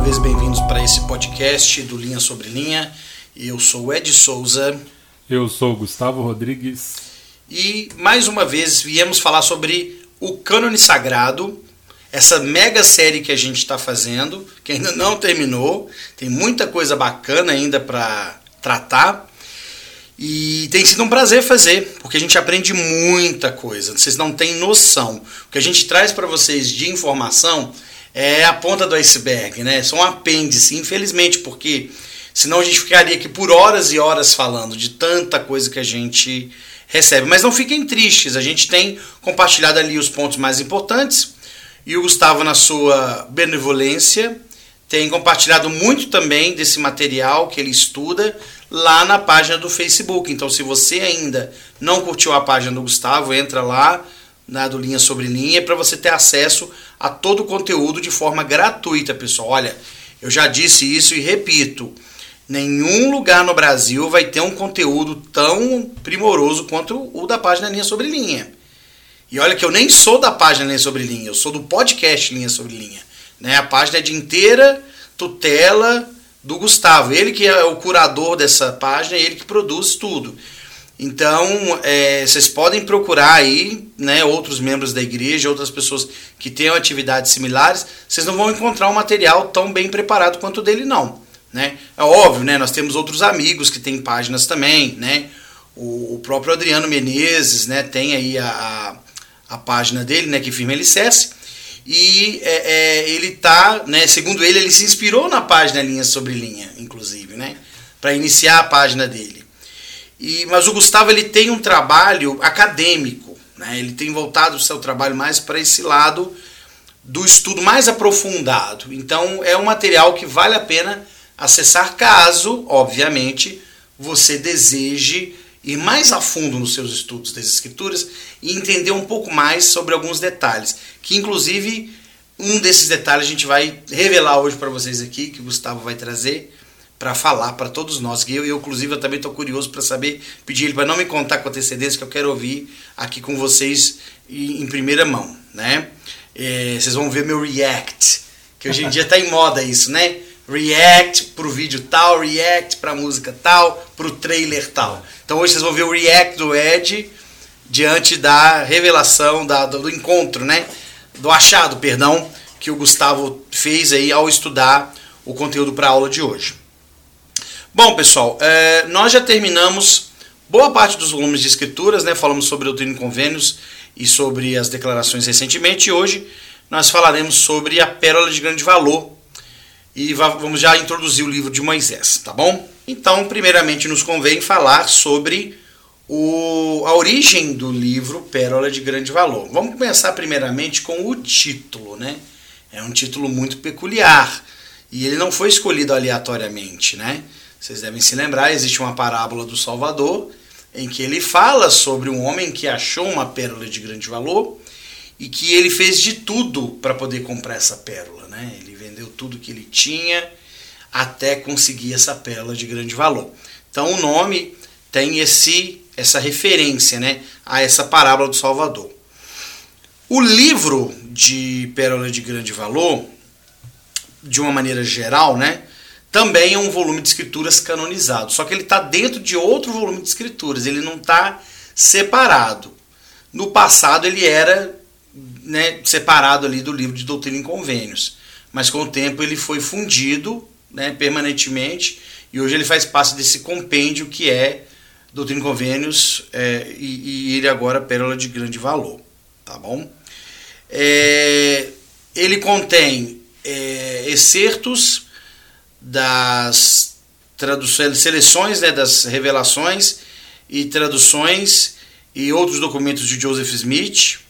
vez bem-vindos para esse podcast do Linha Sobre Linha. Eu sou o Ed Souza. Eu sou o Gustavo Rodrigues. E mais uma vez viemos falar sobre o Cânone Sagrado, essa mega série que a gente está fazendo, que ainda não terminou, tem muita coisa bacana ainda para tratar. E tem sido um prazer fazer, porque a gente aprende muita coisa, vocês não têm noção. O que a gente traz para vocês de informação é a ponta do iceberg, né? São um apêndice, infelizmente, porque senão a gente ficaria aqui por horas e horas falando de tanta coisa que a gente recebe. Mas não fiquem tristes, a gente tem compartilhado ali os pontos mais importantes e o Gustavo, na sua benevolência, tem compartilhado muito também desse material que ele estuda lá na página do Facebook. Então, se você ainda não curtiu a página do Gustavo, entra lá na do Linha Sobre Linha para você ter acesso a todo o conteúdo de forma gratuita, pessoal. Olha, eu já disse isso e repito, nenhum lugar no Brasil vai ter um conteúdo tão primoroso quanto o da página Linha Sobre Linha. E olha que eu nem sou da página Linha Sobre Linha, eu sou do podcast Linha Sobre Linha. Né? A página é de inteira tutela do Gustavo, ele que é o curador dessa página, ele que produz tudo. Então, vocês podem procurar aí, né, outros membros da igreja, outras pessoas que tenham atividades similares, vocês não vão encontrar um material tão bem preparado quanto o dele, não. Né? É óbvio, né, nós temos outros amigos que têm páginas também, né? O próprio Adriano Menezes, né, tem aí a página dele, né, que firma alicerce. E ele tá, né, segundo ele se inspirou na página Linha Sobre Linha, inclusive, né, para iniciar a página dele. Mas o Gustavo, ele tem um trabalho acadêmico, né, ele tem voltado o seu trabalho mais para esse lado do estudo mais aprofundado. Então é um material que vale a pena acessar caso, obviamente, você deseje ir mais a fundo nos seus estudos das escrituras e entender um pouco mais sobre alguns detalhes, que inclusive um desses detalhes a gente vai revelar hoje para vocês aqui, que o Gustavo vai trazer para falar para todos nós, que eu inclusive eu também estou curioso para saber, pedir ele para não me contar com antecedência, que eu quero ouvir aqui com vocês em primeira mão, né? Vocês vão ver meu react, que hoje em dia está em moda isso, né? React pro vídeo tal, react pra música tal, pro trailer tal. Então hoje vocês vão ver o react do Ed diante da revelação, do encontro, né? Do achado, perdão, que o Gustavo fez aí ao estudar o conteúdo para a aula de hoje. Bom, pessoal, nós já terminamos boa parte dos volumes de escrituras, né? Falamos sobre Doutrina e Convênios e sobre as declarações recentemente, e hoje nós falaremos sobre a Pérola de Grande Valor. E vamos já introduzir o livro de Moisés, tá bom? Então, primeiramente, nos convém falar sobre a origem do livro Pérola de Grande Valor. Vamos começar primeiramente com o título, né? É um título muito peculiar e ele não foi escolhido aleatoriamente, né? Vocês devem se lembrar, existe uma parábola do Salvador em que ele fala sobre um homem que achou uma pérola de grande valor e que ele fez de tudo para poder comprar essa pérola, né? Ele vendeu tudo que ele tinha até conseguir essa pérola de grande valor. Então o nome tem essa referência, né, a essa parábola do Salvador. O livro de Pérola de Grande Valor, de uma maneira geral, né, também é um volume de escrituras canonizado, só que ele está dentro de outro volume de escrituras, ele não está separado. No passado ele era, né, separado ali do livro de Doutrina e Convênios, mas com o tempo ele foi fundido, né, permanentemente, e hoje ele faz parte desse compêndio que é Doutrina e Convênios, e ele agora Pérola de Grande Valor, tá bom? Ele contém excertos das traduções, seleções, né, das revelações e traduções e outros documentos de Joseph Smith,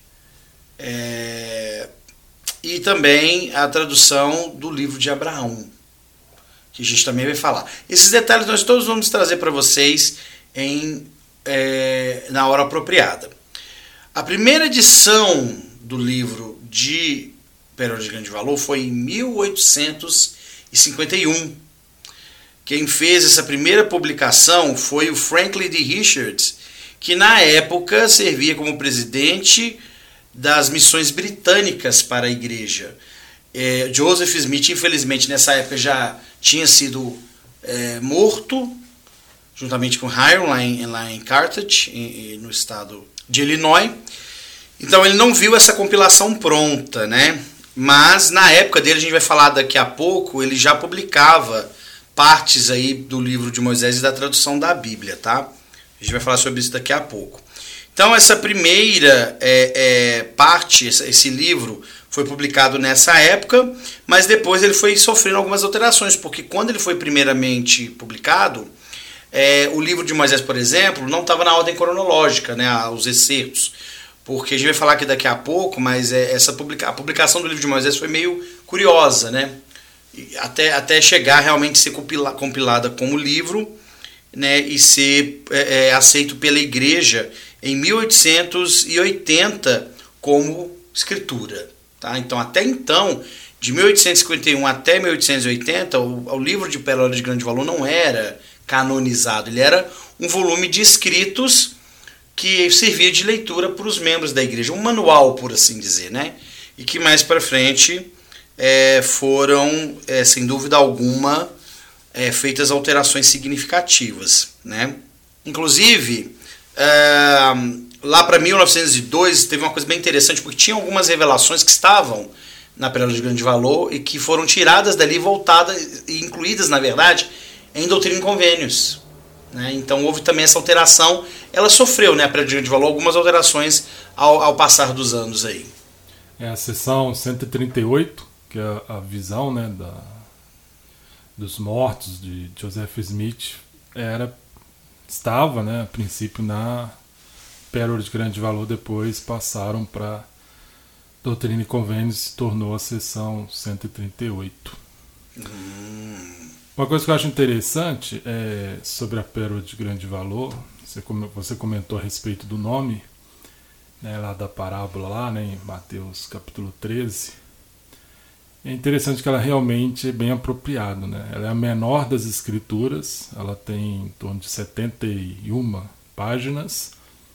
e também a tradução do livro de Abraão, que a gente também vai falar. Esses detalhes nós todos vamos trazer para vocês na hora apropriada. A primeira edição do livro de Pérola de Grande Valor foi em 1851. Quem fez essa primeira publicação foi o Franklin D. Richards, que na época servia como presidente das missões britânicas para a igreja. Joseph Smith, infelizmente, nessa época já tinha sido morto, juntamente com Hiram, lá em Carthage, no estado de Illinois. Então ele não viu essa compilação pronta, né? Mas na época dele, a gente vai falar daqui a pouco, ele já publicava partes aí do livro de Moisés e da tradução da Bíblia, tá? A gente vai falar sobre isso daqui a pouco. Então essa primeira parte, esse livro, foi publicado nessa época, mas depois ele foi sofrendo algumas alterações, porque quando ele foi primeiramente publicado, o livro de Moisés, por exemplo, não estava na ordem cronológica, né, os excertos, porque a gente vai falar aqui daqui a pouco, mas a publicação do livro de Moisés foi meio curiosa, né, até chegar realmente a ser compilada como livro, né, e ser aceito pela igreja em 1880 como escritura. Tá? Então, até então, de 1851 até 1880, o livro de Pérola de Grande Valor não era canonizado. Ele era um volume de escritos que servia de leitura para os membros da igreja, um manual, por assim dizer, né? E que mais para frente foram, sem dúvida alguma, feitas alterações significativas, né? Inclusive, lá para 1902 teve uma coisa bem interessante, porque tinha algumas revelações que estavam na Pérola de Grande Valor e que foram tiradas dali, voltadas e incluídas, na verdade, em Doutrina e Convênios, né? Então houve também essa alteração. Ela sofreu, né, a Pérola de Grande Valor, algumas alterações ao passar dos anos aí. A seção 138, que é a visão, né, dos mortos de Joseph Smith, estava, né, a princípio na Pérola de Grande Valor, depois passaram para Doutrina e Convênios e se tornou a seção 138. Uma coisa que eu acho interessante sobre a Pérola de Grande Valor, você comentou a respeito do nome, né, lá da parábola, lá, né, em Mateus capítulo 13. É interessante que ela realmente é bem apropriada, né? Ela é a menor das escrituras, ela tem em torno de 71 páginas,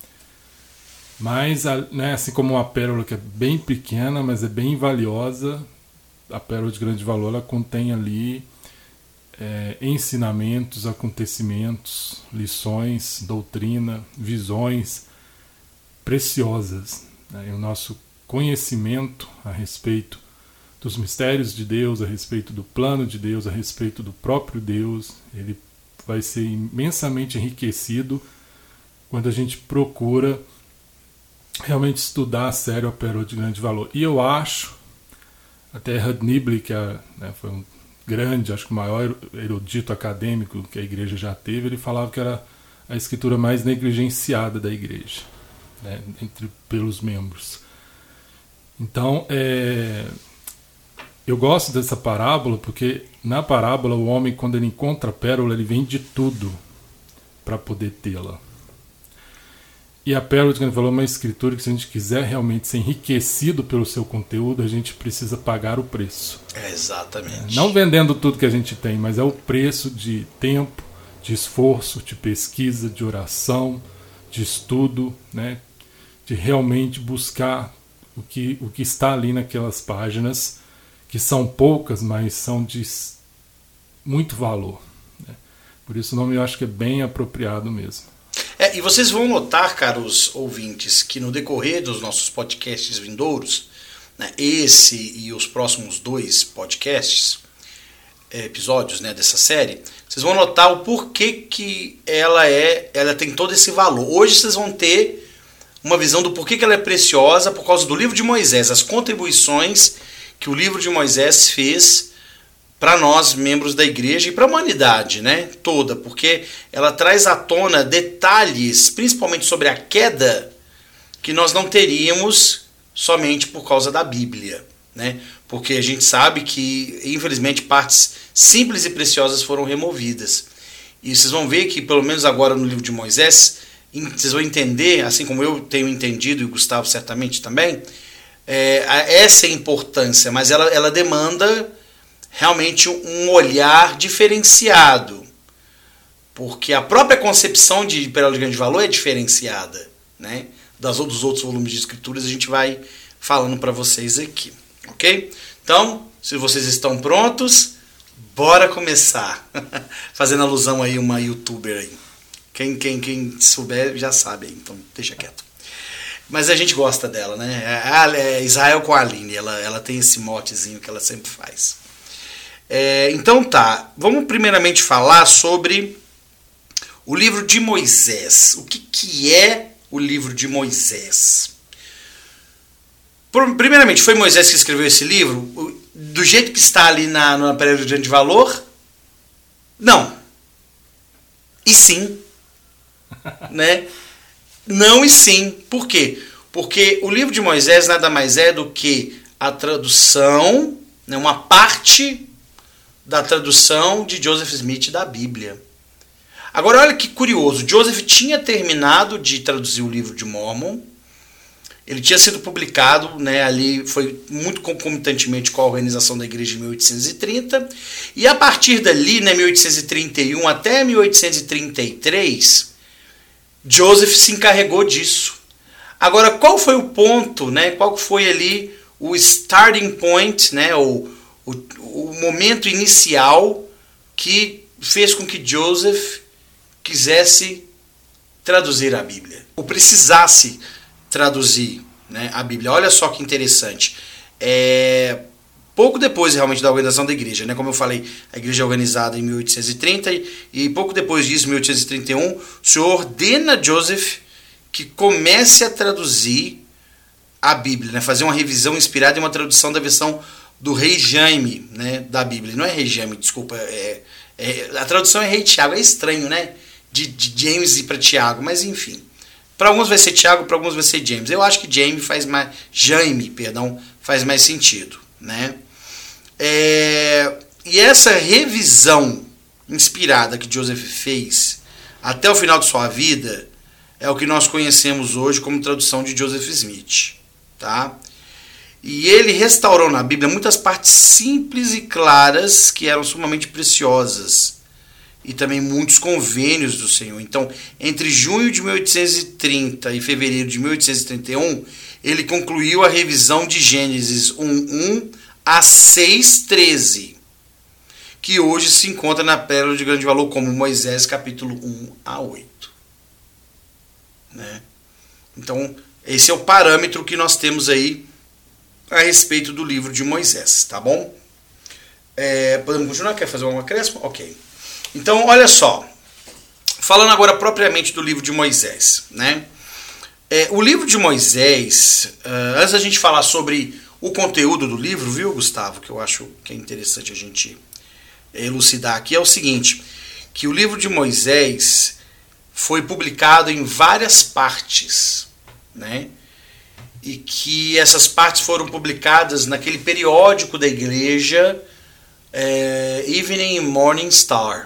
mas, né, assim como uma pérola que é bem pequena, mas é bem valiosa, a Pérola de Grande Valor, ela contém ali ensinamentos, acontecimentos, lições, doutrina, visões preciosas, né? E o nosso conhecimento a respeito dos mistérios de Deus, a respeito do plano de Deus, a respeito do próprio Deus, ele vai ser imensamente enriquecido quando a gente procura realmente estudar a sério a Pérola de Grande Valor. E eu acho, até Hud Nibley, que foi um grande, acho que o maior erudito acadêmico que a igreja já teve, ele falava que era a escritura mais negligenciada da igreja, né, pelos membros. Então, eu gosto dessa parábola porque na parábola o homem, quando ele encontra a pérola, ele vende tudo para poder tê-la. E a Pérola de Grande Valor é uma escritura que, se a gente quiser realmente ser enriquecido pelo seu conteúdo, a gente precisa pagar o preço. Exatamente. Não vendendo tudo que a gente tem, mas é o preço de tempo, de esforço, de pesquisa, de oração, de estudo, né? De realmente buscar o que está ali naquelas páginas, que são poucas, mas são de muito valor, né? Por isso o nome eu acho que é bem apropriado mesmo. E vocês vão notar, caros ouvintes, que no decorrer dos nossos podcasts vindouros, né, esse e os próximos 2 podcasts, episódios, né, dessa série, vocês vão notar o porquê que ela tem todo esse valor. Hoje vocês vão ter uma visão do porquê que ela é preciosa por causa do livro de Moisés, as contribuições que o livro de Moisés fez para nós, membros da igreja, e para a humanidade, né, toda, porque ela traz à tona detalhes, principalmente sobre a queda, que nós não teríamos somente por causa da Bíblia, né, porque a gente sabe que, infelizmente, partes simples e preciosas foram removidas. E vocês vão ver que, pelo menos agora no livro de Moisés, vocês vão entender, assim como eu tenho entendido, e o Gustavo certamente também, essa importância, mas ela demanda realmente um olhar diferenciado, porque a própria concepção de Pérola de Grande Valor é diferenciada, né, dos outros volumes de escrituras. A gente vai falando para vocês aqui, ok? Então, se vocês estão prontos, bora começar. Fazendo alusão aí a uma youtuber aí. Quem souber já sabe aí, então deixa quieto. Mas a gente gosta dela, né? É Israel com a Aline, ela tem esse motezinho que ela sempre faz. Então tá, vamos primeiramente falar sobre o livro de Moisés. O que é o livro de Moisés? Primeiramente, foi Moisés que escreveu esse livro? Do jeito que está ali na Pereira de Grande Valor? Não. E sim. Né? Não e sim. Por quê? Porque o livro de Moisés nada mais é do que a tradução, né, uma parte da tradução de Joseph Smith da Bíblia. Agora olha que curioso, Joseph tinha terminado de traduzir o livro de Mórmon, ele tinha sido publicado, né, ali foi muito concomitantemente com a organização da igreja em 1830, e a partir dali, né, 1831 até 1833, Joseph se encarregou disso. Agora, qual foi o ponto, né, qual foi ali o starting point, né, o momento inicial que fez com que Joseph quisesse traduzir a Bíblia, ou precisasse traduzir, né, a Bíblia? Olha só que interessante. Pouco depois realmente da organização da igreja, né, como eu falei, a igreja é organizada em 1830 e pouco depois disso, em 1831, o Senhor ordena a Joseph que comece a traduzir a Bíblia, né, fazer uma revisão inspirada em uma tradução da versão do Rei Jaime, né, da Bíblia. Não é Rei Jaime, desculpa, a tradução é Rei Tiago, é estranho, né, de James para Tiago, mas enfim. Para alguns vai ser Tiago, para alguns vai ser James. Eu acho que Jaime faz mais sentido, né? E essa revisão inspirada que Joseph fez até o final de sua vida é o que nós conhecemos hoje como tradução de Joseph Smith, tá? E ele restaurou na Bíblia muitas partes simples e claras que eram sumamente preciosas, e também muitos convênios do Senhor. Então, entre junho de 1830 e fevereiro de 1831, ele concluiu a revisão de Gênesis 1:1 a 6:13, que hoje se encontra na Pérola de Grande Valor como Moisés, capítulo 1-8. Né? Então, esse é o parâmetro que nós temos aí a respeito do livro de Moisés, tá bom? Podemos continuar? Quer fazer um acréscimo? Ok. Então, olha só, falando agora propriamente do livro de Moisés, né? O livro de Moisés, antes da gente falar sobre o conteúdo do livro, viu, Gustavo, que eu acho que é interessante a gente elucidar aqui, é o seguinte, que o livro de Moisés foi publicado em várias partes, né? E que essas partes foram publicadas naquele periódico da igreja, Evening and Morning Star.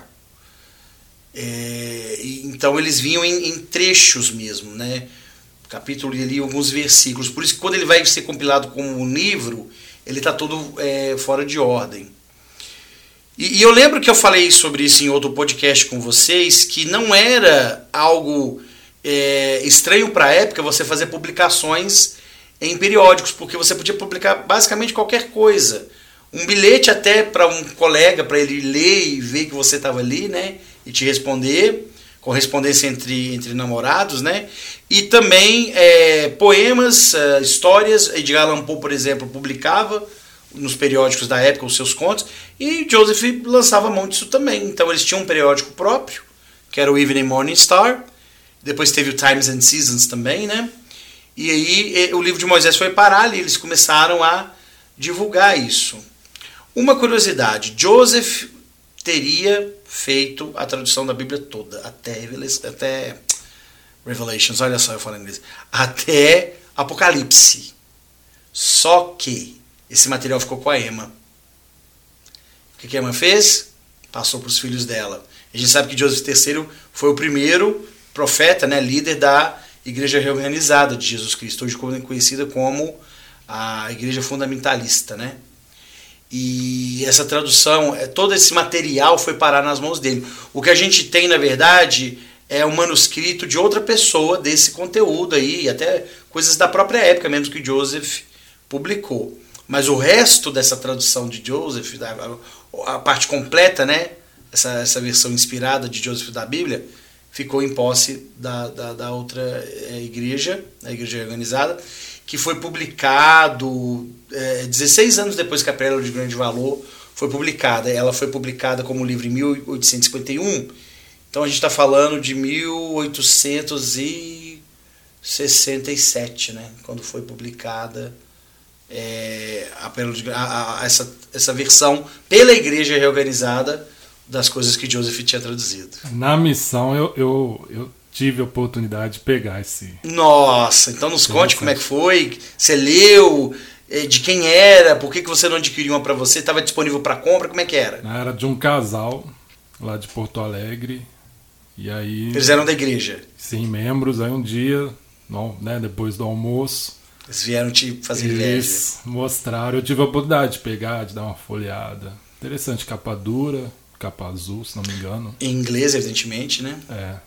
Então eles vinham em trechos mesmo, né? Capítulo e ali alguns versículos. Por isso que quando ele vai ser compilado como um livro, ele está todo fora de ordem. E eu lembro que eu falei sobre isso em outro podcast com vocês, que não era algo estranho para a época você fazer publicações em periódicos, porque você podia publicar basicamente qualquer coisa. Um bilhete até para um colega, para ele ler e ver que você estava ali, né? E te responder, correspondência entre namorados, né? E também poemas, histórias. Edgar Allan Poe, por exemplo, publicava nos periódicos da época os seus contos, e Joseph lançava mão disso também. Então eles tinham um periódico próprio, que era o Evening Morning Star, depois teve o Times and Seasons também, né? E aí o livro de Moisés foi parar ali, eles começaram a divulgar isso. Uma curiosidade, Joseph teria feito a tradução da Bíblia toda, até Revelations, olha só eu falo em inglês, até Apocalipse. Só que esse material ficou com a Emma. O que a Emma fez? Passou para os filhos dela. A gente sabe que Joseph III foi o primeiro profeta, né, líder da Igreja Reorganizada de Jesus Cristo, hoje conhecida como a Igreja Fundamentalista, né? E essa tradução, todo esse material foi parar nas mãos dele. O que a gente tem, na verdade, é um manuscrito de outra pessoa desse conteúdo aí, até coisas da própria época mesmo que Joseph publicou. Mas o resto dessa tradução de Joseph, a parte completa, né? Essa versão inspirada de Joseph da Bíblia, ficou em posse da outra igreja, a igreja organizada, que foi publicado 16 anos depois que a Pérola de Grande Valor foi publicada. Ela foi publicada como livro em 1851, então a gente está falando de 1867, né, quando foi publicada a Pérola de, essa versão pela igreja reorganizada das coisas que Joseph tinha traduzido. Na missão eu tive a oportunidade de pegar esse... Nossa, então nos conte como é que foi, você leu, de quem era, por que você não adquiriu uma para você, estava disponível para compra, como é que era? Era de um casal lá de Porto Alegre, e aí... Eles eram da igreja? Sim, membros, aí um dia, né, depois do almoço... Eles vieram te fazer inveja. Eles mostraram, eu tive a oportunidade de pegar, de dar uma folheada. Interessante, capa dura, capa azul, se não me engano. Em inglês, evidentemente, né?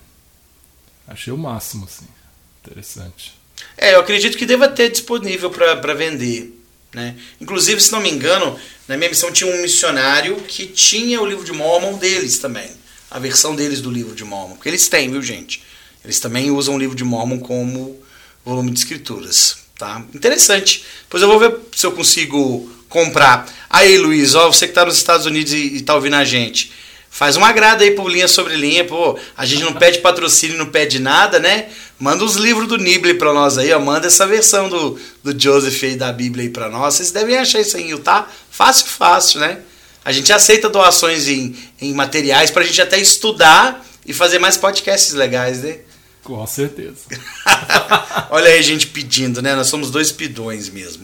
Achei o máximo, assim. Interessante. Eu acredito que deva ter disponível para vender, né? Inclusive, se não me engano, na minha missão tinha um missionário que tinha o livro de Mórmon deles também. A versão deles do livro de Mórmon. Porque eles têm, viu, gente? Eles também usam o livro de Mórmon como volume de escrituras, tá? Interessante. Depois eu vou ver se eu consigo comprar. Aí, Luiz, você que está nos Estados Unidos e está ouvindo a gente, faz uma agrada aí por Linha Sobre Linha. Pô, a gente não pede patrocínio, não pede nada, né? Manda os livros do Nibley para nós aí, ó. Manda essa versão do Joseph aí da Bíblia aí para nós. Vocês devem achar isso aí, tá? Fácil, né? A gente aceita doações em materiais para a gente até estudar e fazer mais podcasts legais, né? Com certeza. Olha aí a gente pedindo, né? Nós somos dois pidões mesmo.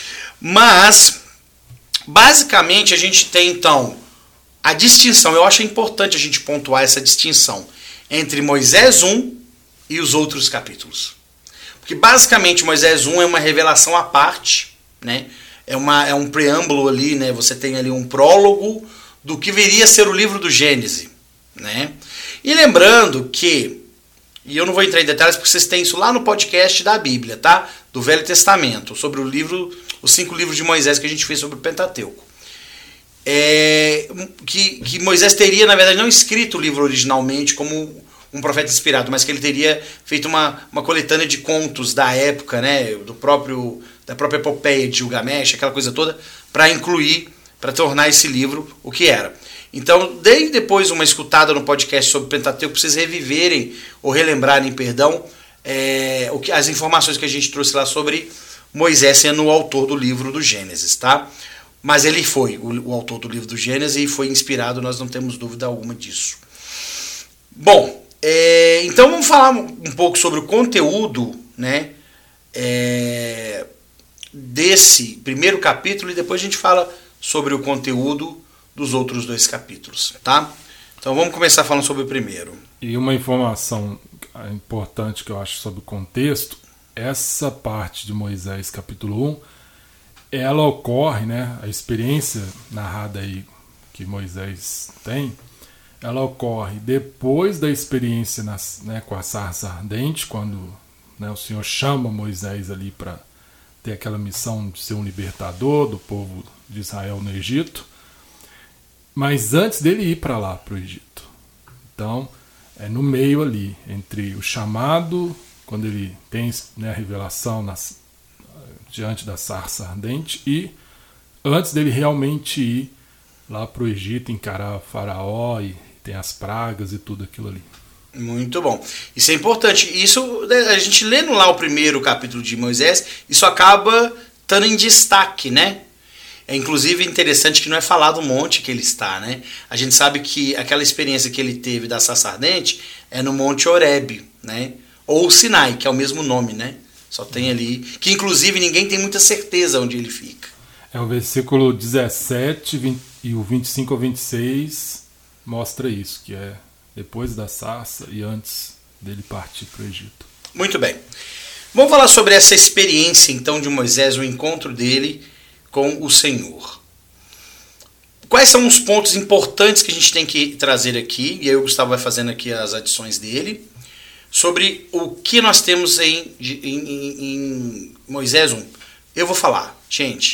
Mas, basicamente, a gente tem, então, a distinção. Eu acho importante a gente pontuar essa distinção entre Moisés 1 e os outros capítulos. Porque, basicamente, Moisés 1 é uma revelação à parte, né? É um preâmbulo ali, né? Você tem ali um prólogo do que viria a ser o livro do Gênesis, né? E lembrando que, e eu não vou entrar em detalhes porque vocês têm isso lá no podcast da Bíblia, tá? Do Velho Testamento, sobre o livro, os 5 livros de Moisés que a gente fez sobre o Pentateuco. Que Moisés teria, na verdade, não escrito o livro originalmente como um profeta inspirado, mas que ele teria feito uma coletânea de contos da época, né? Da própria epopeia de Gilgamesh, aquela coisa toda, para incluir, para tornar esse livro o que era. Então, deem depois uma escutada no podcast sobre o Pentateuco para vocês reviverem ou relembrarem, perdão, as informações que a gente trouxe lá sobre Moisés sendo o autor do livro do Gênesis, tá? Mas ele foi o autor do livro do Gênesis e foi inspirado, nós não temos dúvida alguma disso. Bom, então vamos falar um pouco sobre o conteúdo, né, desse primeiro capítulo e depois a gente fala sobre o conteúdo dos outros 2 capítulos, tá? Então vamos começar falando sobre o primeiro. E uma informação importante que eu acho sobre o contexto, essa parte de Moisés capítulo 1, ela ocorre, né, a experiência narrada aí que Moisés tem, ela ocorre depois da experiência com a sarça ardente, quando, né, o Senhor chama Moisés ali para ter aquela missão de ser um libertador do povo de Israel no Egito, mas antes dele ir para lá, para o Egito. Então, é no meio ali, entre o chamado, quando ele tem, né, a revelação diante da sarça ardente, e antes dele realmente ir lá para o Egito, encarar Faraó, e tem as pragas e tudo aquilo ali. Muito bom. Isso é importante. Isso, a gente lendo lá o primeiro capítulo de Moisés, isso acaba estando em destaque, né? É inclusive interessante que não é falado o monte que ele está, né? A gente sabe que aquela experiência que ele teve da sarça ardente é no Monte Horebe, né? Ou Sinai, que é o mesmo nome, né? Só tem ali, que inclusive ninguém tem muita certeza onde ele fica. O versículo 17 e o 25 ao 26 mostra isso, que é depois da sarça e antes dele partir para o Egito. Muito bem. Vamos falar sobre essa experiência, então, de Moisés, o encontro dele com o Senhor. Quais são os pontos importantes que a gente tem que trazer aqui, e aí o Gustavo vai fazendo aqui as adições dele, sobre o que nós temos em Moisés 1. Eu vou falar, gente,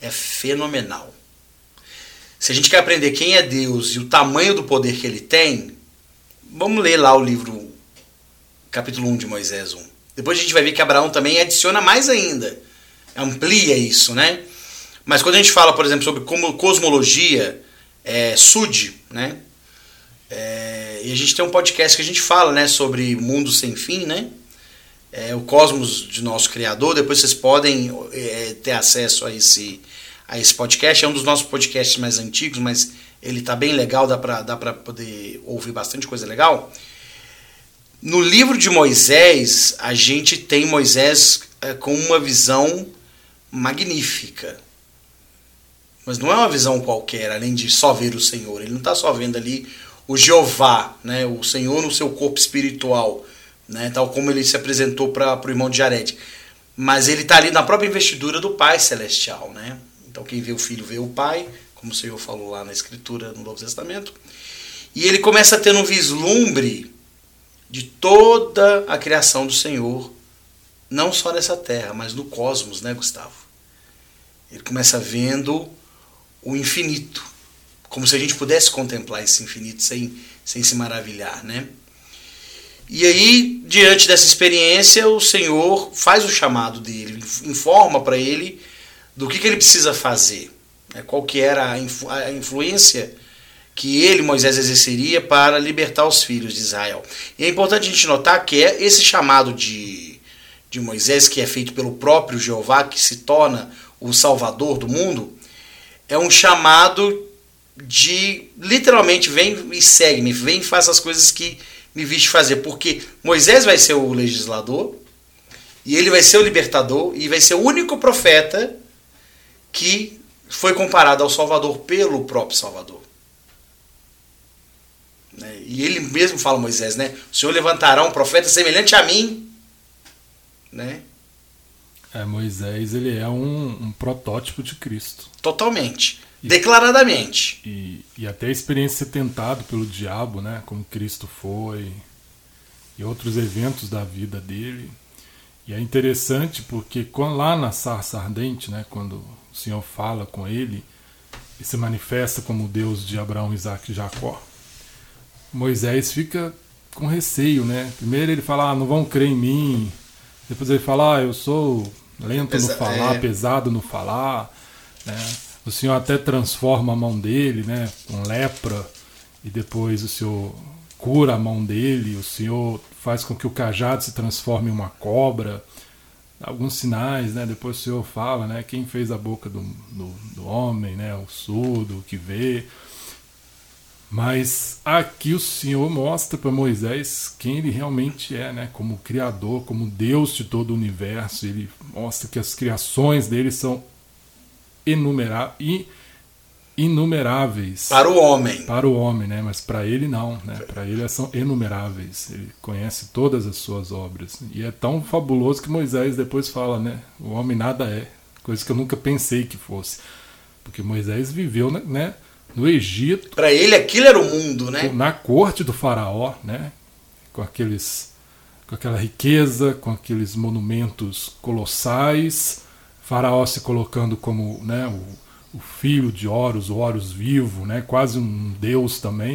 é fenomenal. Se a gente quer aprender quem é Deus e o tamanho do poder que ele tem, vamos ler lá o livro, capítulo 1 de Moisés 1. Depois a gente vai ver que Abraão também adiciona mais ainda, amplia isso, né? Mas quando a gente fala, por exemplo, sobre cosmologia, Sud, né? E a gente tem um podcast que a gente fala, né, sobre mundo sem fim, né? O cosmos de nosso Criador. Depois vocês podem ter acesso a esse podcast. É um dos nossos podcasts mais antigos, mas ele está bem legal, dá para poder ouvir bastante coisa legal. No livro de Moisés, a gente tem Moisés com uma visão magnífica. Mas não é uma visão qualquer, além de só ver o Senhor. Ele não está só vendo ali o Jeová, né, o Senhor no seu corpo espiritual, né, tal como ele se apresentou para o irmão de Jared. Mas ele está ali na própria investidura do Pai Celestial, né? Então quem vê o Filho vê o Pai, como o Senhor falou lá na Escritura, no Novo Testamento. E ele começa a ter um vislumbre de toda a criação do Senhor, não só nessa terra, mas no cosmos, né, Gustavo? Ele começa vendo o infinito, como se a gente pudesse contemplar esse infinito sem se maravilhar, né? E aí, diante dessa experiência, o Senhor faz o chamado dele, informa para ele do que ele precisa fazer, né? Qual que era a influência que ele, Moisés, exerceria para libertar os filhos de Israel. E é importante a gente notar que esse chamado de Moisés, que é feito pelo próprio Jeová, que se torna o Salvador do mundo, é um chamado de, literalmente, vem e segue-me, vem e faça as coisas que me viste fazer, porque Moisés vai ser o legislador, e ele vai ser o libertador, e vai ser o único profeta que foi comparado ao Salvador pelo próprio Salvador. E ele mesmo fala, Moisés, né? O Senhor levantará um profeta semelhante a mim, né? Moisés, ele é um protótipo de Cristo. Totalmente. Declaradamente. E até a experiência de ser tentado pelo diabo, né? Como Cristo foi. E outros eventos da vida dele. E é interessante porque lá na sarça ardente, né? Quando o Senhor fala com ele e se manifesta como o Deus de Abraão, Isaac e Jacó, Moisés fica com receio, né? Primeiro ele fala, não vão crer em mim. Depois ele fala, eu sou lento no falar, pesado no falar, né? O Senhor até transforma a mão dele, né, com lepra, e depois o Senhor cura a mão dele, o Senhor faz com que o cajado se transforme em uma cobra. Alguns sinais, né? Depois o Senhor fala, né, quem fez a boca do homem, né, o surdo, o que vê. Mas aqui o Senhor mostra para Moisés quem ele realmente é, né? Como Criador, como Deus de todo o universo. Ele mostra que as criações dele são inumeráveis. Para o homem. Para o homem, né? Mas para ele não, né? Para ele são inumeráveis. Ele conhece todas as suas obras. E é tão fabuloso que Moisés depois fala, né? O homem nada é. Coisa que eu nunca pensei que fosse. Porque Moisés viveu, né? No Egito. Para ele aquilo era o mundo, né? Na corte do faraó, né? Com aquela riqueza, com aqueles monumentos colossais. Faraó se colocando como, né, o filho de Horus, o Horus vivo, né? Quase um deus também.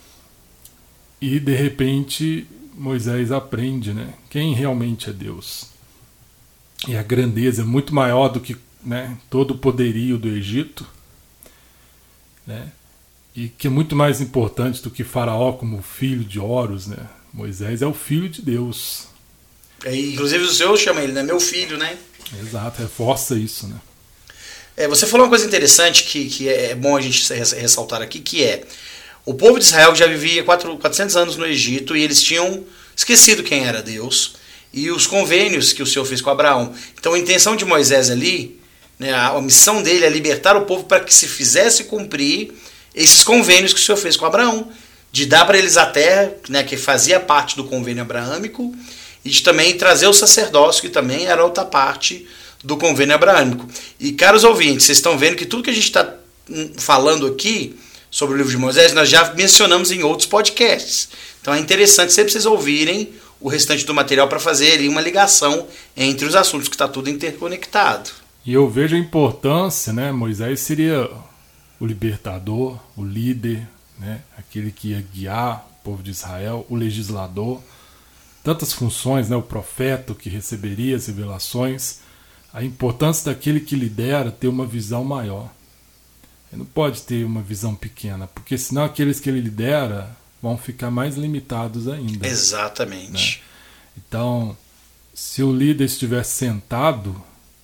E de repente Moisés aprende, né? Quem realmente é Deus. E a grandeza é muito maior do que, né, todo o poderio do Egito. Né? E que é muito mais importante do que Faraó como filho de Horus, né? Moisés é o filho de Deus. Inclusive o Senhor chama ele, né? Meu filho, né? Exato, reforça isso, né? Você falou uma coisa interessante que é bom a gente ressaltar aqui, que é o povo de Israel já vivia 400 anos no Egito e eles tinham esquecido quem era Deus e os convênios que o Senhor fez com Abraão. Então a intenção de Moisés ali, né, a missão dele é libertar o povo para que se fizesse cumprir esses convênios que o Senhor fez com Abraão, de dar para eles a terra, né, que fazia parte do convênio abraâmico, e de também trazer o sacerdócio, que também era outra parte do convênio abraâmico. E, caros ouvintes, vocês estão vendo que tudo que a gente está falando aqui sobre o livro de Moisés, nós já mencionamos em outros podcasts. Então é interessante sempre vocês ouvirem o restante do material para fazer ali uma ligação entre os assuntos, que está tudo interconectado. E eu vejo a importância, né? Moisés seria o libertador, o líder, né? Aquele que ia guiar o povo de Israel, o legislador, tantas funções, né? O profeta, o que receberia as revelações, a importância daquele que lidera ter uma visão maior. Ele não pode ter uma visão pequena, porque senão aqueles que ele lidera vão ficar mais limitados ainda. Exatamente. Né? Então, se o líder estiver sentado,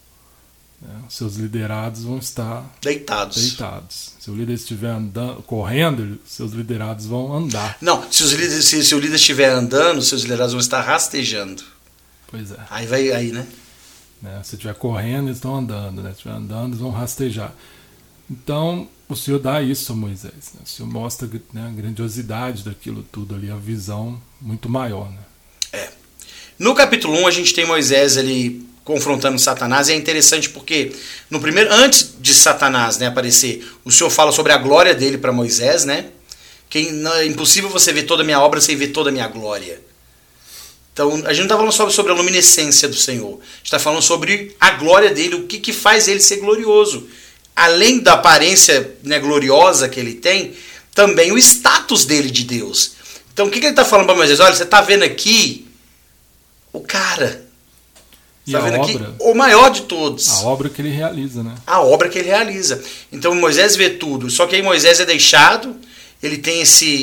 né, seus liderados vão estar deitados. Se o líder estiver correndo, seus liderados vão andar. Não, se o líder estiver andando, seus liderados vão estar rastejando. Pois é. Aí, né? Se estiver correndo, eles estão andando. Se estiver andando, eles vão rastejar. Então, o Senhor dá isso a Moisés. Né? O Senhor mostra, né, a grandiosidade daquilo tudo ali, a visão muito maior. Né? No capítulo 1, a gente tem Moisés ali confrontando Satanás, e é interessante porque antes de Satanás, né, aparecer, o Senhor fala sobre a glória dele para Moisés, né? É impossível você ver toda a minha obra sem ver toda a minha glória. Então, a gente não está falando sobre a luminescência do Senhor. A gente está falando sobre a glória dele, o que faz ele ser glorioso. Além da aparência, né, gloriosa que ele tem, também o status dele de Deus. Então, o que ele está falando para Moisés? Olha, você está vendo aqui o cara. Você está vendo aqui o maior de todos. A obra que ele realiza, né? A obra que ele realiza. Então, Moisés vê tudo. Só que aí Moisés é deixado, ele tem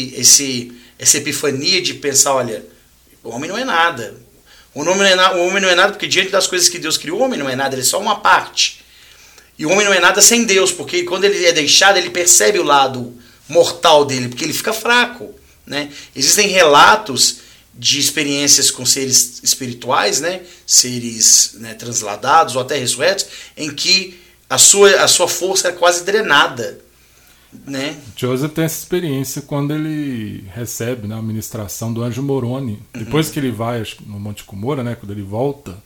essa epifania de pensar, olha, o homem não é nada. O homem não é nada porque diante das coisas que Deus criou, o homem não é nada, ele é só uma parte. E o homem não é nada sem Deus, porque quando ele é deixado, ele percebe o lado mortal dele, porque ele fica fraco. Né? Existem relatos de experiências com seres espirituais, né? Seres, né, transladados ou até ressurretos, em que a sua força é quase drenada. Né? Joseph tem essa experiência quando ele recebe, né, a ministração do anjo Moroni. Depois que ele vai no Monte Cumora, né, quando ele volta,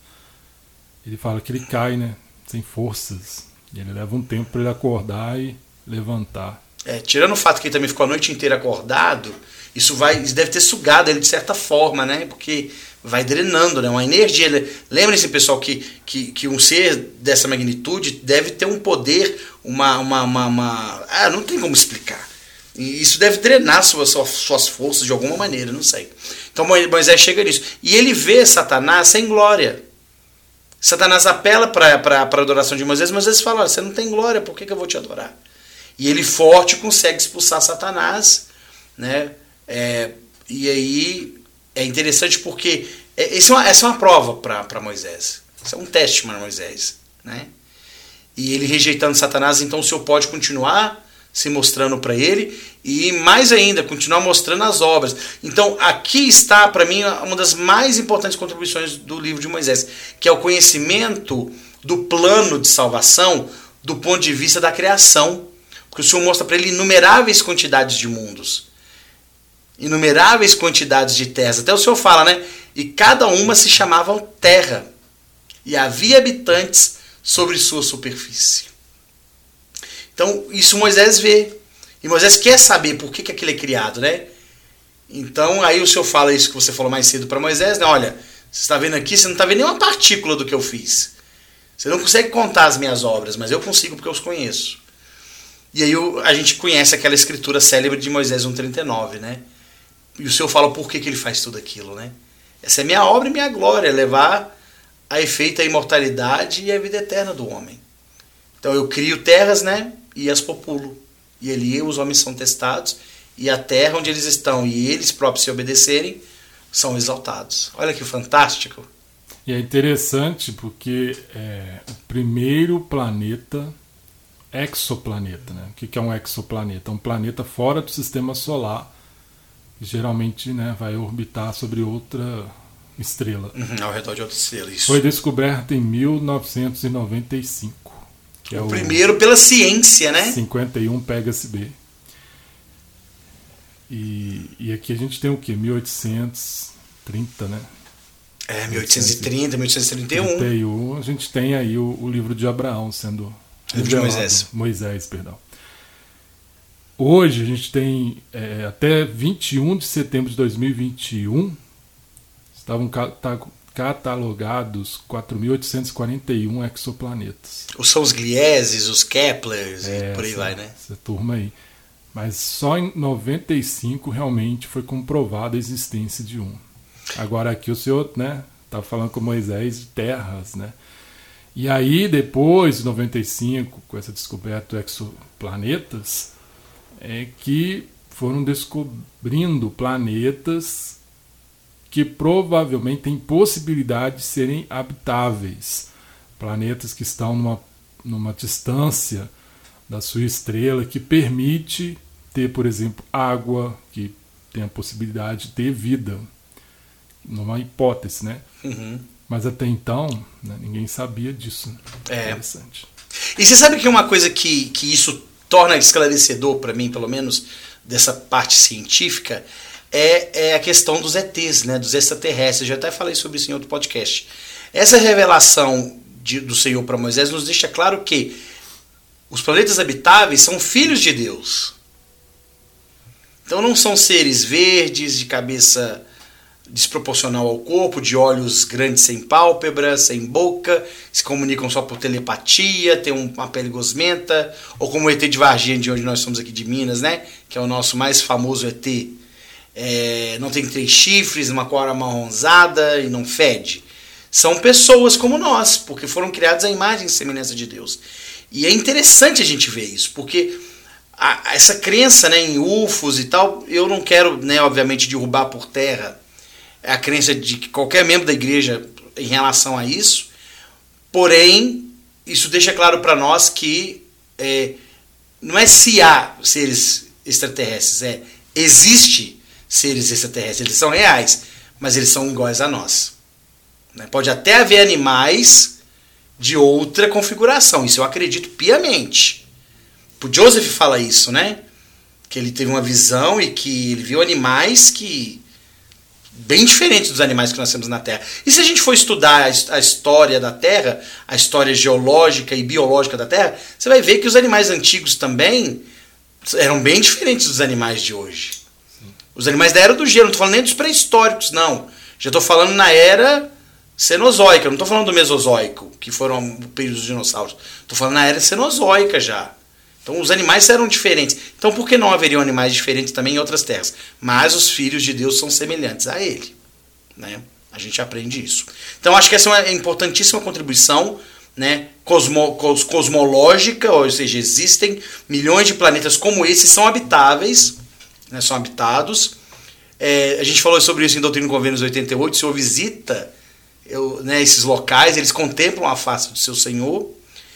ele fala que ele cai, né, sem forças. E ele leva um tempo para ele acordar e levantar. Tirando o fato que ele também ficou a noite inteira acordado, isso deve ter sugado ele de certa forma, né? Porque vai drenando, né? Uma energia. Lembrem-se, pessoal, que um ser dessa magnitude deve ter um poder, não tem como explicar. E isso deve drenar suas forças de alguma maneira, não sei. Então Moisés chega nisso. E ele vê Satanás sem glória. Satanás apela para a adoração de Moisés, mas Moisés fala, olha, você não tem glória, por que eu vou te adorar? E ele forte consegue expulsar Satanás, né? E aí é interessante porque essa é uma prova para Moisés. Isso é um teste para Moisés, né? E ele rejeitando Satanás, então o Senhor pode continuar se mostrando para ele e mais ainda, continuar mostrando as obras. Então aqui está para mim uma das mais importantes contribuições do livro de Moisés, que é o conhecimento do plano de salvação do ponto de vista da criação. Porque o Senhor mostra para ele inumeráveis quantidades de mundos, inumeráveis quantidades de terras. Até o Senhor fala, né? E cada uma se chamava terra, e havia habitantes sobre sua superfície. Então, isso Moisés vê. E Moisés quer saber por que aquilo é criado, né? Então, aí o Senhor fala isso que você falou mais cedo para Moisés, né? Olha, você está vendo aqui, você não está vendo nenhuma partícula do que eu fiz. Você não consegue contar as minhas obras, mas eu consigo porque eu os conheço. E aí a gente conhece aquela escritura célebre de Moisés 1,39, né? E o Senhor fala por que ele faz tudo aquilo, né? Essa é minha obra e minha glória, levar a efeito a imortalidade e a vida eterna do homem. Então eu crio terras, né? E as populo. E ali os homens são testados, e a terra onde eles estão e eles próprios se obedecerem, são exaltados. Olha que fantástico. E é interessante porque o primeiro planeta, exoplaneta, né? O que é um exoplaneta? Um planeta fora do sistema solar, que geralmente, né, vai orbitar sobre outra estrela. Ao redor de outra estrela, isso. Foi descoberto em 1995. Que é o primeiro pela ciência, né? 51 Pegasus B. E aqui a gente tem o quê? 1830, né? 1830, 1831. 1831, a gente tem aí o livro de Abraão sendo... Livro de Moisés. Moisés, perdão. Hoje a gente tem até 21 de setembro de 2021, catalogados 4.841 exoplanetas. São os Glieses, os Keplers, e por aí vai, né? Essa turma aí. Mas só em 95 realmente foi comprovada a existência de um. Agora aqui o senhor, né, tá falando com Moisés de terras, né? E aí depois de 95, com essa descoberta dos exoplanetas, é que foram descobrindo planetas que provavelmente têm possibilidade de serem habitáveis. Planetas que estão numa distância da sua estrela que permite ter, por exemplo, água, que tem a possibilidade de ter vida. Numa hipótese, né? Uhum. Mas até então, né, ninguém sabia disso. Interessante. E você sabe que uma coisa que isso torna esclarecedor para mim, pelo menos, dessa parte científica, é a questão dos ETs, né, dos extraterrestres. Eu já até falei sobre isso em outro podcast. Essa revelação do Senhor para Moisés nos deixa claro que os planetas habitáveis são filhos de Deus. Então não são seres verdes, de cabeça desproporcional ao corpo, de olhos grandes sem pálpebras, sem boca, se comunicam só por telepatia, tem uma pele gosmenta, ou como o ET de Varginha, de onde nós somos aqui de Minas, né? Que é o nosso mais famoso ET. Não tem 3 chifres, uma cor amarronzada e não fede. São pessoas como nós, porque foram criados à imagem e semelhança de Deus. E é interessante a gente ver isso, porque essa crença, né, em UFOs e tal, eu não quero, né, obviamente, derrubar por terra a crença de que qualquer membro da igreja em relação a isso, porém, isso deixa claro para nós que não é se há seres extraterrestres, existe seres extraterrestres, eles são reais, mas eles são iguais a nós. Né? Pode até haver animais de outra configuração, isso eu acredito piamente. O Joseph fala isso, né? Que ele teve uma visão e que ele viu animais que bem diferentes dos animais que nós temos na Terra. E se a gente for estudar a história da Terra, a história geológica e biológica da Terra, você vai ver que os animais antigos também eram bem diferentes dos animais de hoje. Sim. Os animais da Era do Gelo, não estou falando nem dos pré-históricos, não. Já estou falando na Era Cenozoica, não estou falando do Mesozoico, que foram o período dos dinossauros. Estou falando na Era Cenozoica já. Então os animais eram diferentes. Então por que não haveriam animais diferentes também em outras terras? Mas os filhos de Deus são semelhantes a ele. Né? A gente aprende isso. Então acho que essa é uma importantíssima contribuição, né, cosmológica, ou seja, existem milhões de planetas como esse, são habitáveis, né, são habitados. A gente falou sobre isso em Doutrina e Convênios 88, o Senhor visita esses locais, eles contemplam a face do seu Senhor.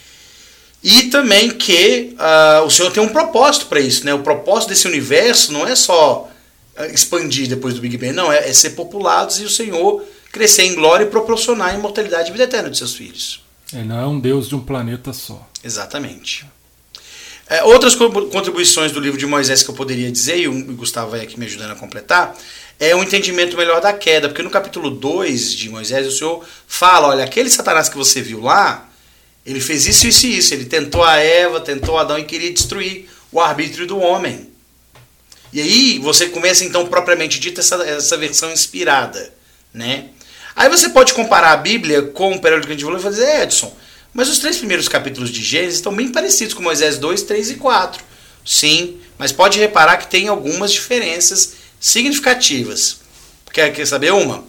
E também que o Senhor tem um propósito para isso. Né? O propósito desse universo não é só expandir depois do Big Bang, não, é ser populados e o Senhor crescer em glória e proporcionar a imortalidade e vida eterna de seus filhos. Ele não é um Deus de um planeta só. Exatamente. Outras contribuições do livro de Moisés que eu poderia dizer, e o Gustavo vai aqui me ajudando a completar, é um entendimento melhor da queda, porque no capítulo 2 de Moisés o Senhor fala, olha, aquele Satanás que você viu lá, ele fez isso, isso e isso. Ele tentou a Eva, tentou Adão e queria destruir o arbítrio do homem. E aí você começa, então, propriamente dito, essa versão inspirada. Né? Aí você pode comparar a Bíblia com o período que a gente falou e dizer, Edson, mas os 3 primeiros capítulos de Gênesis estão bem parecidos com Moisés 2, 3 e 4. Sim, mas pode reparar que tem algumas diferenças significativas. Quer saber uma?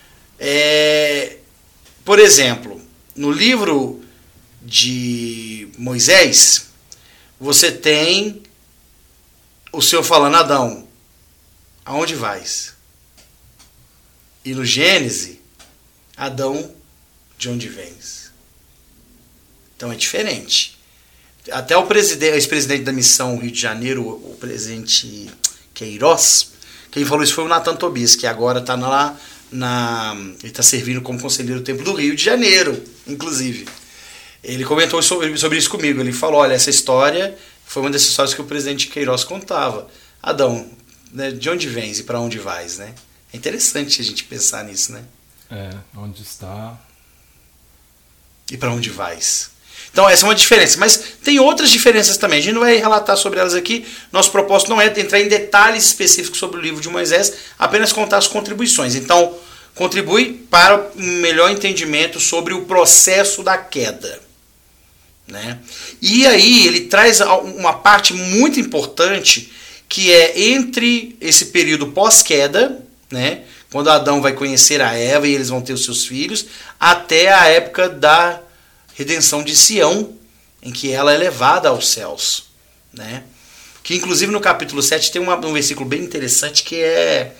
Por exemplo, no livro de Moisés, você tem o Senhor falando, Adão, aonde vais? E no Gênesis, Adão, de onde vens? Então é diferente. Até o ex-presidente da missão Rio de Janeiro, o presidente Queiroz, quem falou isso foi o Nathan Tobias, que agora está lá ele está servindo como conselheiro do Templo do Rio de Janeiro, inclusive. Ele comentou sobre isso comigo. Ele falou, olha, essa história foi uma das histórias que o presidente Queiroz contava. Adão, né, de onde vens e para onde vais? Né? É interessante a gente pensar nisso, né? Onde está e para onde vais. Então essa é uma diferença. Mas tem outras diferenças também. A gente não vai relatar sobre elas aqui. Nosso propósito não é entrar em detalhes específicos sobre o livro de Moisés, apenas contar as contribuições. Então, contribui para um melhor entendimento sobre o processo da queda, né? E aí ele traz uma parte muito importante, que é entre esse período pós-queda, né, quando Adão vai conhecer a Eva e eles vão ter os seus filhos, até a época da redenção de Sião, em que ela é levada aos céus, né? Que inclusive no capítulo 7 tem um versículo bem interessante, que é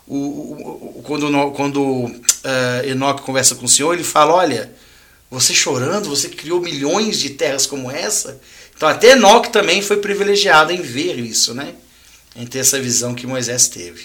quando Enoque conversa com o Senhor, ele fala: olha, você chorando, você criou milhões de terras como essa. Então até Enoque também foi privilegiado em ver isso, né? Em ter essa visão que Moisés teve.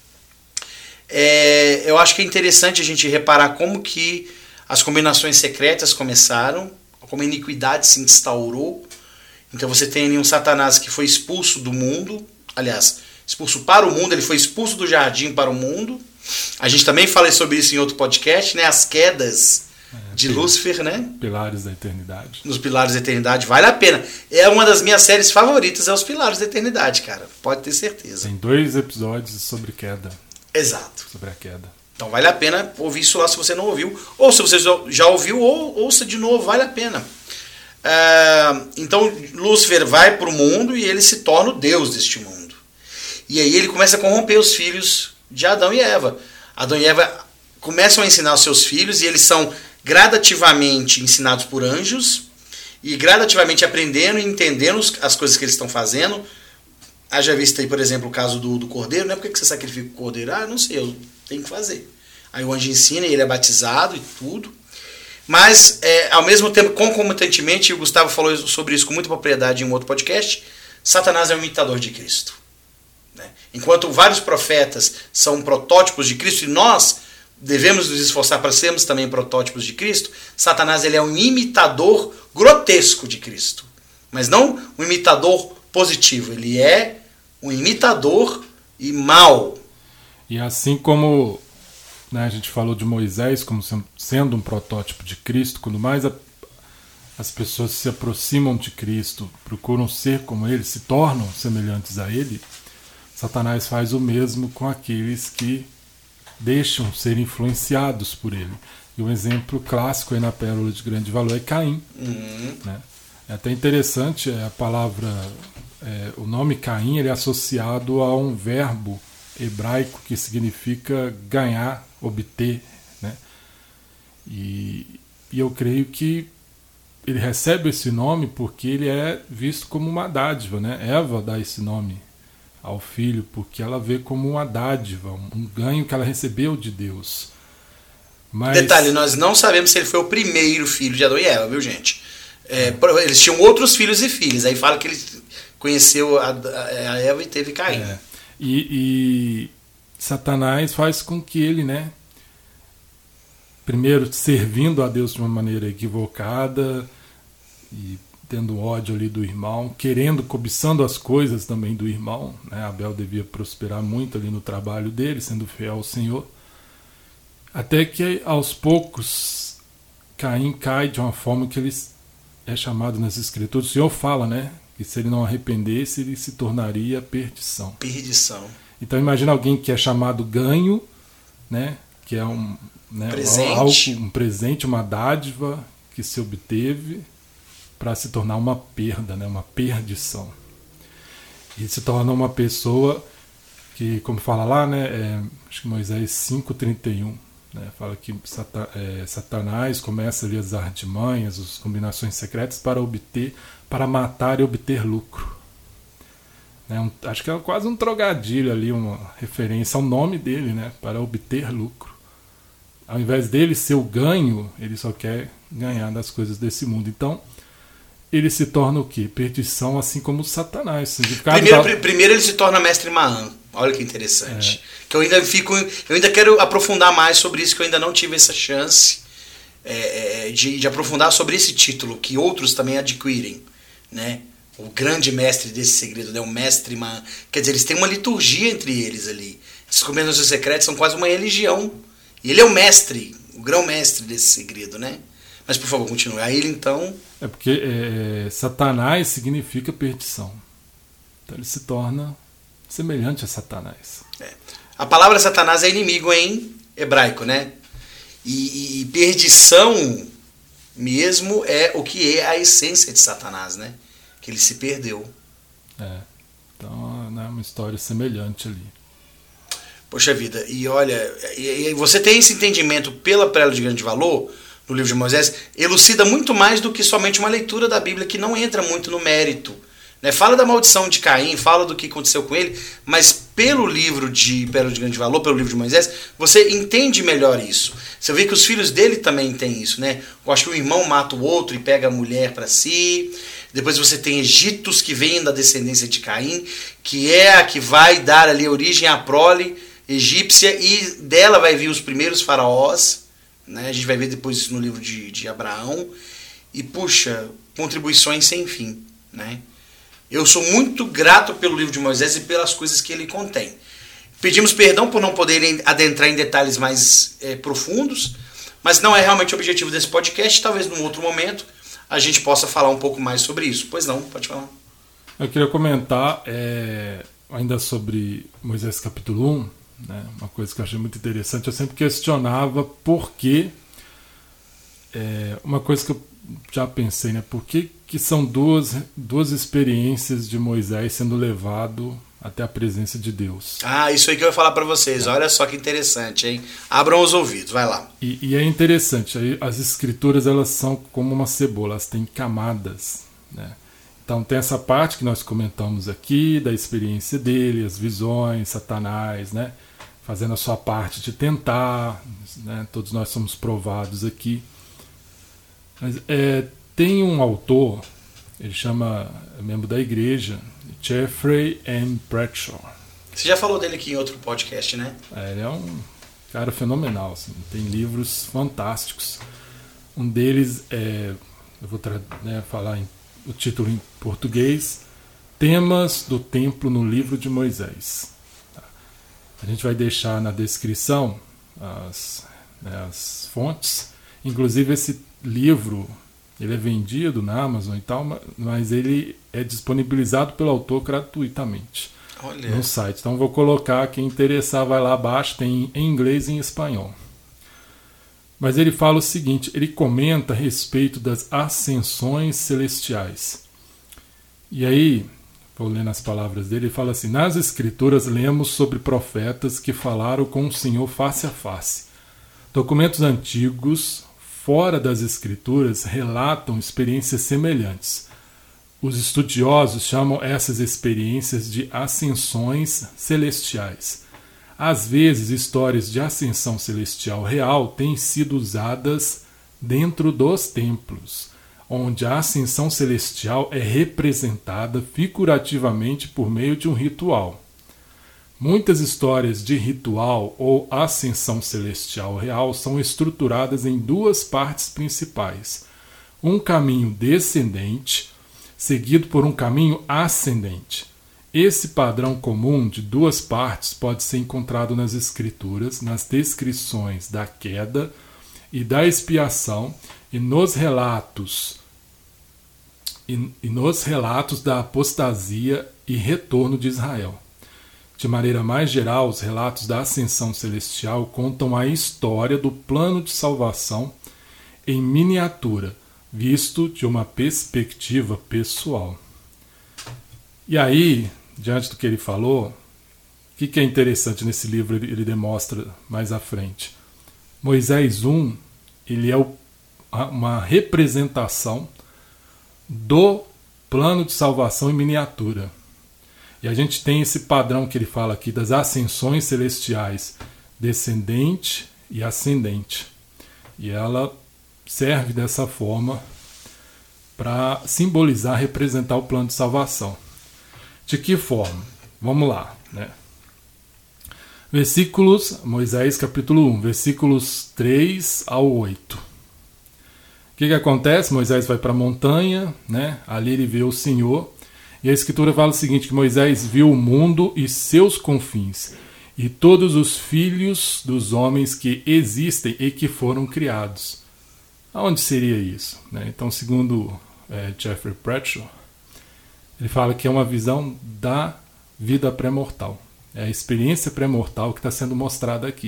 Eu acho que é interessante a gente reparar como que as combinações secretas começaram, como a iniquidade se instaurou. Então você tem ali um Satanás que foi expulso do mundo, aliás, expulso para o mundo, ele foi expulso do jardim para o mundo. A gente também falou sobre isso em outro podcast, né? As quedas de Lúcifer, né? Pilares da Eternidade. Nos Pilares da Eternidade, vale a pena. É uma das minhas séries favoritas, é os Pilares da Eternidade, cara. Pode ter certeza. Tem 2 episódios sobre queda. Exato. Sobre a queda. Então vale a pena ouvir isso lá se você não ouviu. Ou se você já ouviu, ouça de novo, vale a pena. Então Lúcifer vai para o mundo e ele se torna o Deus deste mundo. E aí ele começa a corromper os filhos de Adão e Eva. Adão e Eva começam a ensinar os seus filhos e eles são gradativamente ensinados por anjos e gradativamente aprendendo e entendendo as coisas que eles estão fazendo. Haja visto aí, por exemplo, o caso do cordeiro, né? Por que você sacrifica o cordeiro? Não sei, eu tenho que fazer. Aí o anjo ensina e ele é batizado e tudo. Mas, ao mesmo tempo, concomitantemente, e o Gustavo falou sobre isso com muita propriedade em um outro podcast, Satanás é um imitador de Cristo, né? Enquanto vários profetas são protótipos de Cristo e nós devemos nos esforçar para sermos também protótipos de Cristo, Satanás ele é um imitador grotesco de Cristo. Mas não um imitador positivo, ele é um imitador e mau. E assim como, né, a gente falou de Moisés como sendo um protótipo de Cristo, quando mais as pessoas se aproximam de Cristo, procuram ser como ele, se tornam semelhantes a ele, Satanás faz o mesmo com aqueles que deixam ser influenciados por ele. E um exemplo clássico aí na Pérola de Grande Valor é Caim. Né? É até interessante a palavra, o nome Caim, ele é associado a um verbo hebraico que significa ganhar, obter, né? E eu creio que ele recebe esse nome porque ele é visto como uma dádiva, né? Eva dá esse nome ao filho porque ela vê como uma dádiva, um ganho que ela recebeu de Deus. Mas... Detalhe, nós não sabemos se ele foi o primeiro filho de Adão e Eva, viu, gente? Eles tinham outros filhos e filhas, aí fala que ele conheceu a Eva e teve Caim. E Satanás faz com que ele, né, primeiro servindo a Deus de uma maneira equivocada e tendo ódio ali do irmão, cobiçando as coisas também do irmão, né? Abel devia prosperar muito ali no trabalho dele, sendo fiel ao Senhor, até que aos poucos Caim cai de uma forma que ele é chamado nas Escrituras. O Senhor fala, né, que se ele não arrependesse, ele se tornaria perdição. Perdição. Então imagina alguém que é chamado ganho, né, que é um presente, uma dádiva que se obteve, para se tornar uma perda, né, uma perdição. E se torna uma pessoa que, como fala lá, né, acho que Moisés 5:31, né, fala que Satanás começa ali as artimanhas, as combinações secretas para matar e obter lucro. Acho que é quase um trocadilho ali, uma referência ao nome dele, né, para obter lucro. Ao invés dele ser o ganho, ele só quer ganhar das coisas desse mundo. Então, ele se torna o quê? Perdição, assim como Satanás. Primeiro ele se torna mestre Maã. Olha que interessante. Que eu ainda quero aprofundar mais sobre isso, que eu ainda não tive essa chance de aprofundar sobre esse título, que outros também adquirem, né? O grande mestre desse segredo, né? O mestre Maã. Quer dizer, eles têm uma liturgia entre eles ali. Esses combinações secretas são quase uma religião. E ele é o mestre, o grão-mestre desse segredo, né? Mas, por favor, continue. Aí ele, então... É porque Satanás significa perdição. Então ele se torna semelhante a Satanás. A palavra Satanás é inimigo em hebraico, né? E perdição mesmo é o que é a essência de Satanás, né? Que ele se perdeu. Então, é uma história semelhante ali. Poxa vida, e olha, e você tem esse entendimento pela Pérola de Grande Valor, no livro de Moisés, elucida muito mais do que somente uma leitura da Bíblia, que não entra muito no mérito. Né? Fala da maldição de Caim, fala do que aconteceu com ele, mas pelo livro de Pérola de Grande Valor, pelo livro de Moisés, você entende melhor isso. Você vê que os filhos dele também têm isso, né? Eu acho que o irmão mata o outro e pega a mulher para si. Depois você tem egitos que vêm da descendência de Caim, que é a que vai dar ali origem à prole egípcia, e dela vai vir os primeiros faraós, né? A gente vai ver depois isso no livro de Abraão. E puxa, contribuições sem fim, né? Eu sou muito grato pelo livro de Moisés e pelas coisas que ele contém. Pedimos perdão por não poder adentrar em detalhes mais profundos, mas não é realmente o objetivo desse podcast. Talvez num outro momento a gente possa falar um pouco mais sobre isso. Pois não, pode falar. Eu queria comentar ainda sobre Moisés capítulo 1, né, uma coisa que eu achei muito interessante. Eu sempre questionava por que, uma coisa que eu já pensei, né, por que são duas experiências de Moisés sendo levado até a presença de Deus. Isso aí que eu ia falar para vocês. Olha só que interessante, hein? Abram os ouvidos, vai lá. E é interessante, as escrituras, elas são como uma cebola, elas têm camadas, né? Então tem essa parte que nós comentamos aqui, da experiência dele, as visões, Satanás, né? Fazendo a sua parte de tentar, né? Todos nós somos provados aqui. Mas tem um autor, ele é membro da igreja, Jeffrey M. Bradshaw. Você já falou dele aqui em outro podcast, né? Ele é um cara fenomenal, assim, tem livros fantásticos. Um deles eu vou falar o título em português, Temas do Templo no Livro de Moisés. A gente vai deixar na descrição as fontes. Inclusive esse livro, ele é vendido na Amazon e tal, mas ele é disponibilizado pelo autor gratuitamente. Olha. No site. Então vou colocar, quem interessar vai lá abaixo, tem em inglês e em espanhol. Mas ele fala o seguinte, ele comenta a respeito das ascensões celestiais. E aí, vou ler nas palavras dele, ele fala assim: nas escrituras lemos sobre profetas que falaram com o Senhor face a face. Documentos antigos fora das escrituras relatam experiências semelhantes. Os estudiosos chamam essas experiências de ascensões celestiais. Às vezes, histórias de ascensão celestial real têm sido usadas dentro dos templos, onde a ascensão celestial é representada figurativamente por meio de um ritual. Muitas histórias de ritual ou ascensão celestial real são estruturadas em duas partes principais: um caminho descendente, seguido por um caminho ascendente. Esse padrão comum de duas partes pode ser encontrado nas Escrituras, nas descrições da queda e da expiação e nos relatos da apostasia e retorno de Israel. De maneira mais geral, os relatos da ascensão celestial contam a história do plano de salvação em miniatura, visto de uma perspectiva pessoal. E aí, diante do que ele falou, o que é interessante nesse livro, ele demonstra mais à frente. Moisés 1, ele é uma representação do plano de salvação em miniatura. E a gente tem esse padrão que ele fala aqui das ascensões celestiais, descendente e ascendente. E ela serve dessa forma para simbolizar, representar o plano de salvação. De que forma? Vamos lá, né? Versículos, Moisés capítulo 1, versículos 3 ao 8. O que acontece? Moisés vai para a montanha, né? Ali ele vê o Senhor, e a Escritura fala o seguinte, que Moisés viu o mundo e seus confins, e todos os filhos dos homens que existem e que foram criados. Aonde seria isso? Né? Então, segundo Jeffrey Bradshaw, ele fala que é uma visão da vida pré-mortal. É a experiência pré-mortal que está sendo mostrada aqui.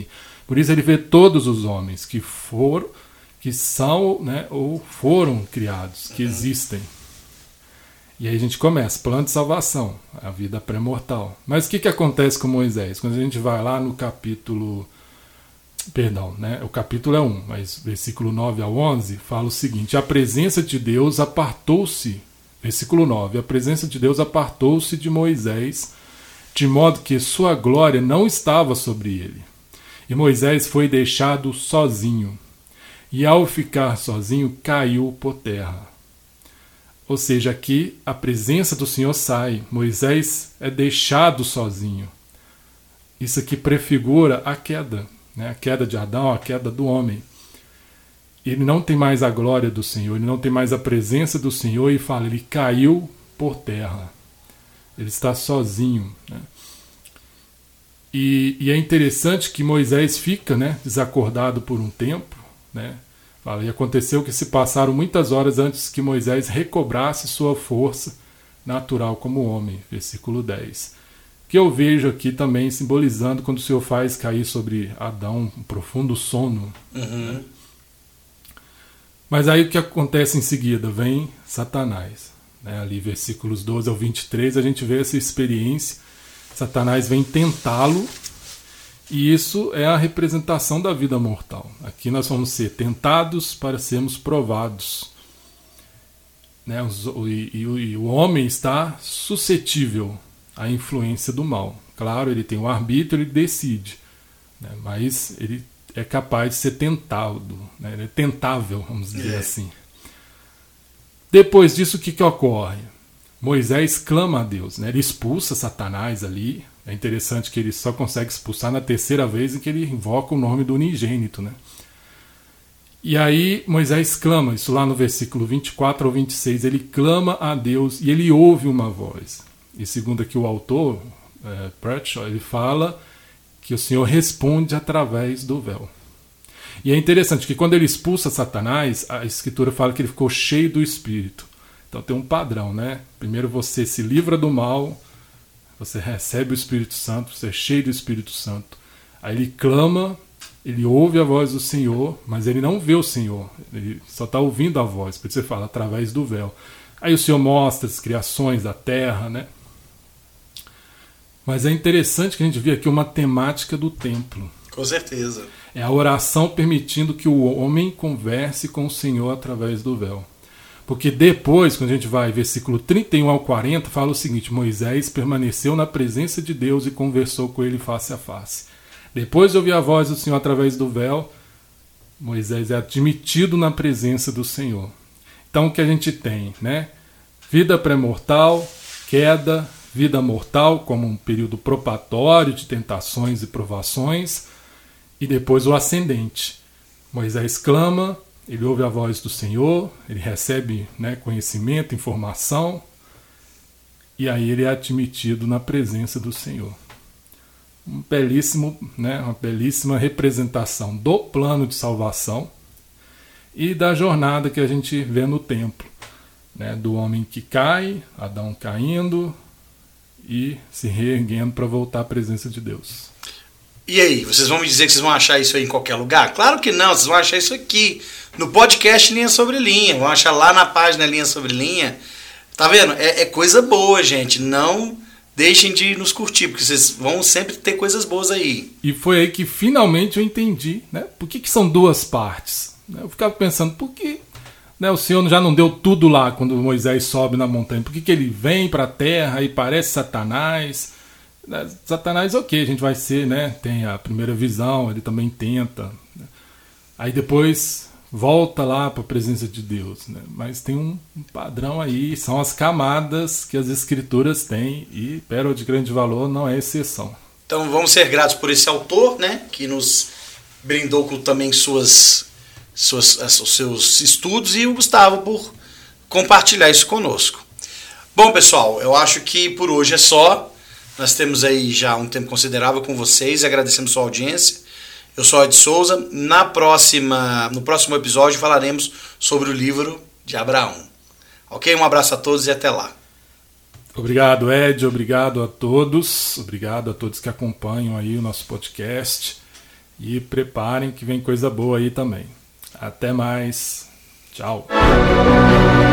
Por isso ele vê todos os homens que são, né, ou foram criados, que existem. E aí a gente começa, plano de salvação, a vida pré-mortal. Mas o que acontece com Moisés? Quando a gente vai lá no capítulo... Perdão, né? O capítulo é 1, mas versículo 9 ao 11 fala o seguinte: a presença de Deus apartou-se, versículo 9, a presença de Deus apartou-se de Moisés, de modo que sua glória não estava sobre ele. E Moisés foi deixado sozinho, e ao ficar sozinho caiu por terra. Ou seja, aqui a presença do Senhor sai, Moisés é deixado sozinho. Isso aqui prefigura a queda. A queda de Adão, a queda do homem. Ele não tem mais a glória do Senhor, ele não tem mais a presença do Senhor, e fala, ele caiu por terra. Ele está sozinho. Né? E é interessante que Moisés fica, né, desacordado por um tempo. Né? Fala, e aconteceu que se passaram muitas horas antes que Moisés recobrasse sua força natural como homem. Versículo 10. Que eu vejo aqui também simbolizando quando o Senhor faz cair sobre Adão um profundo sono. Né? Mas aí o que acontece em seguida? Vem Satanás. Né? Ali versículos 12 ao 23 a gente vê essa experiência. Satanás vem tentá-lo, e isso é a representação da vida mortal. Aqui nós vamos ser tentados para sermos provados. Né? E o homem está suscetível a influência do mal. Claro, ele tem o arbítrio, ele decide, né? Mas ele é capaz de ser tentado, né? Ele é tentável, vamos dizer assim. Depois disso, o que ocorre? Moisés clama a Deus, né? Ele expulsa Satanás ali. É interessante que ele só consegue expulsar na terceira vez em que ele invoca o nome do unigênito, né? E aí Moisés clama, isso lá no versículo 24 ao 26, ele clama a Deus e ele ouve uma voz. E segundo aqui o autor, Bradshaw, ele fala que o Senhor responde através do véu. E é interessante que quando ele expulsa Satanás, a Escritura fala que ele ficou cheio do Espírito. Então tem um padrão, né? Primeiro você se livra do mal, você recebe o Espírito Santo, você é cheio do Espírito Santo. Aí ele clama, ele ouve a voz do Senhor, mas ele não vê o Senhor, ele só está ouvindo a voz, por isso você fala, através do véu. Aí o Senhor mostra as criações da terra, né? Mas é interessante que a gente vê aqui uma temática do templo. Com certeza. É a oração permitindo que o homem converse com o Senhor através do véu. Porque depois, quando a gente vai, versículo 31 ao 40, fala o seguinte: Moisés permaneceu na presença de Deus e conversou com ele face a face. Depois de ouvir a voz do Senhor através do véu, Moisés é admitido na presença do Senhor. Então o que a gente tem, né? Vida pré-mortal, queda, vida mortal como um período probatório de tentações e provações, e depois o ascendente. Moisés clama, ele ouve a voz do Senhor, ele recebe, né, conhecimento, informação, e aí ele é admitido na presença do Senhor. Uma belíssima representação do plano de salvação e da jornada que a gente vê no templo, né, do homem que cai, Adão caindo e se reerguendo para voltar à presença de Deus. E aí, vocês vão me dizer que vocês vão achar isso aí em qualquer lugar? Claro que não, vocês vão achar isso aqui, no podcast Linha Sobre Linha, vão achar lá na página Linha Sobre Linha. Tá vendo? É coisa boa, gente, não deixem de nos curtir, porque vocês vão sempre ter coisas boas aí. E foi aí que finalmente eu entendi, né? Por que são duas partes? Eu ficava pensando, por que, né, o Senhor já não deu tudo lá quando Moisés sobe na montanha? Por que ele vem para a terra e parece Satanás? Satanás, ok, a gente vai ser, né? Tem a primeira visão, ele também tenta. Né? Aí depois volta lá para a presença de Deus. Né? Mas tem um padrão aí, são as camadas que as Escrituras têm, e Pérola de Grande Valor não é exceção. Então vamos ser gratos por esse autor, né? Que nos brindou com também os seus estudos, e o Gustavo por compartilhar isso conosco. Bom, pessoal, eu acho que por hoje é só. Nós temos aí já um tempo considerável com vocês, agradecemos sua audiência. Eu sou Ed Souza. No próximo episódio falaremos sobre o livro de Abraão. Ok? Um abraço a todos e até lá. Obrigado, Ed. Obrigado a todos. Obrigado a todos que acompanham aí o nosso podcast. E preparem que vem coisa boa aí também. Até mais. Tchau.